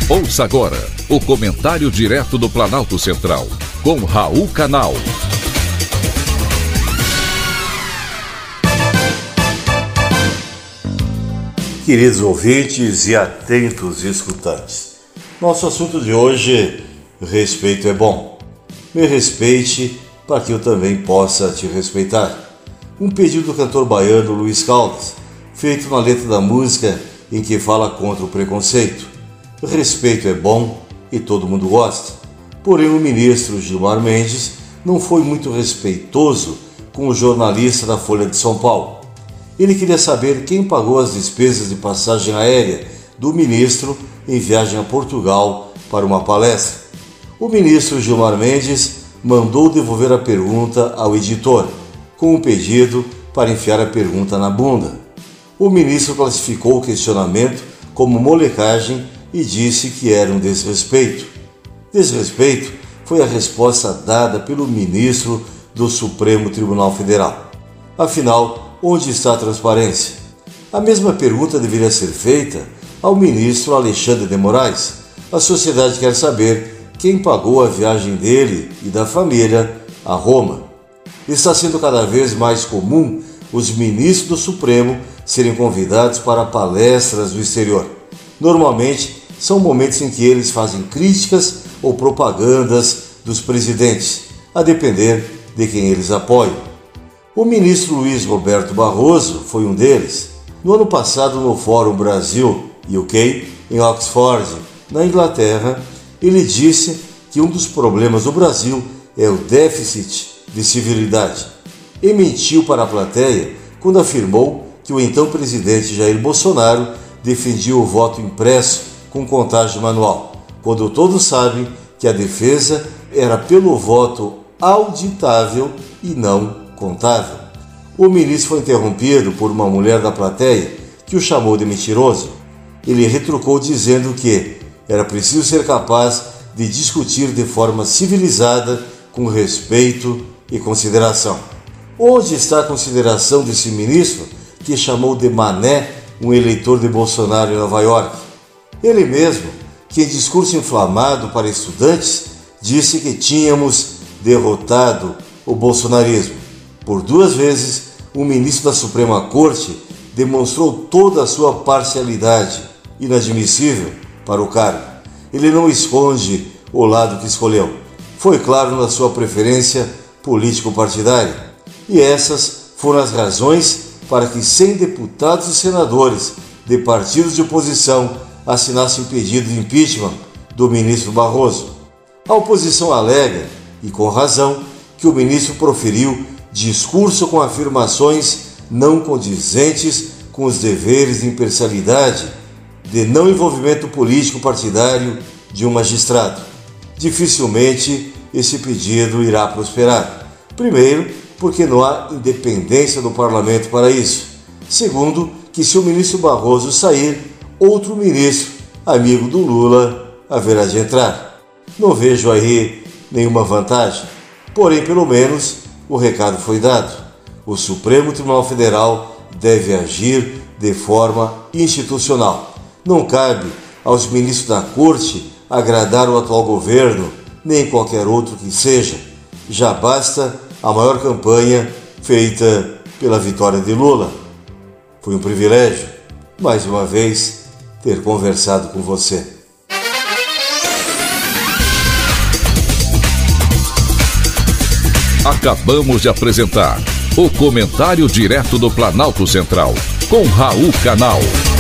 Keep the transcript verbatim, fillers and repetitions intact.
Ouça agora o comentário direto do Planalto Central, com Raul Canal. Queridos ouvintes e atentos escutantes, nosso assunto de hoje, respeito é bom. Me respeite para que eu também possa te respeitar. Um pedido do cantor baiano Luiz Caldas, feito na letra da música em que fala contra o preconceito. Respeito é bom e todo mundo gosta. Porém, o ministro Gilmar Mendes não foi muito respeitoso com o jornalista da Folha de São Paulo. Ele queria saber quem pagou as despesas de passagem aérea do ministro em viagem a Portugal para uma palestra. O ministro Gilmar Mendes mandou devolver a pergunta ao editor, com um pedido para enfiar a pergunta na bunda. O ministro classificou o questionamento como molecagem e disse que era um desrespeito. Desrespeito foi a resposta dada pelo ministro do Supremo Tribunal Federal. Afinal, onde está a transparência? A mesma pergunta deveria ser feita ao ministro Alexandre de Moraes. A sociedade quer saber quem pagou a viagem dele e da família a Roma. Está sendo cada vez mais comum os ministros do Supremo serem convidados para palestras no exterior. Normalmente, são momentos em que eles fazem críticas ou propagandas dos presidentes, a depender de quem eles apoiam. O ministro Luiz Roberto Barroso foi um deles. No ano passado, no Fórum Brasil U K, em Oxford, na Inglaterra, ele disse que um dos problemas do Brasil é o déficit de civilidade. E mentiu para a plateia quando afirmou que o então presidente Jair Bolsonaro defendia o voto impresso com contagem manual, quando todos sabem que a defesa era pelo voto auditável e não contável. O ministro foi interrompido por uma mulher da plateia que o chamou de mentiroso. Ele retrucou dizendo que era preciso ser capaz de discutir de forma civilizada, com respeito e consideração. Onde está a consideração desse ministro que chamou de mané um eleitor de Bolsonaro em Nova York? Ele mesmo, que em discurso inflamado para estudantes, disse que tínhamos derrotado o bolsonarismo. Por duas vezes, o ministro da Suprema Corte demonstrou toda a sua parcialidade, inadmissível para o cargo. Ele não esconde o lado que escolheu. Foi claro na sua preferência político-partidária. E essas foram as razões para que cem deputados e senadores de partidos de oposição assinassem pedido de impeachment do ministro Barroso. A oposição alega, e com razão, que o ministro proferiu discurso com afirmações não condizentes com os deveres de imparcialidade, de não envolvimento político partidário de um magistrado. Dificilmente esse pedido irá prosperar. Primeiro, porque não há independência do parlamento para isso. Segundo, que se o ministro Barroso sair, outro ministro, amigo do Lula, haverá de entrar. Não vejo aí nenhuma vantagem. Porém, pelo menos, o recado foi dado. O Supremo Tribunal Federal deve agir de forma institucional. Não cabe aos ministros da Corte agradar o atual governo, nem qualquer outro que seja. Já basta a maior campanha feita pela vitória de Lula. Foi um privilégio, mais uma vez, ter conversado com você. Acabamos de apresentar o comentário direto do Planalto Central, com Raul Canal.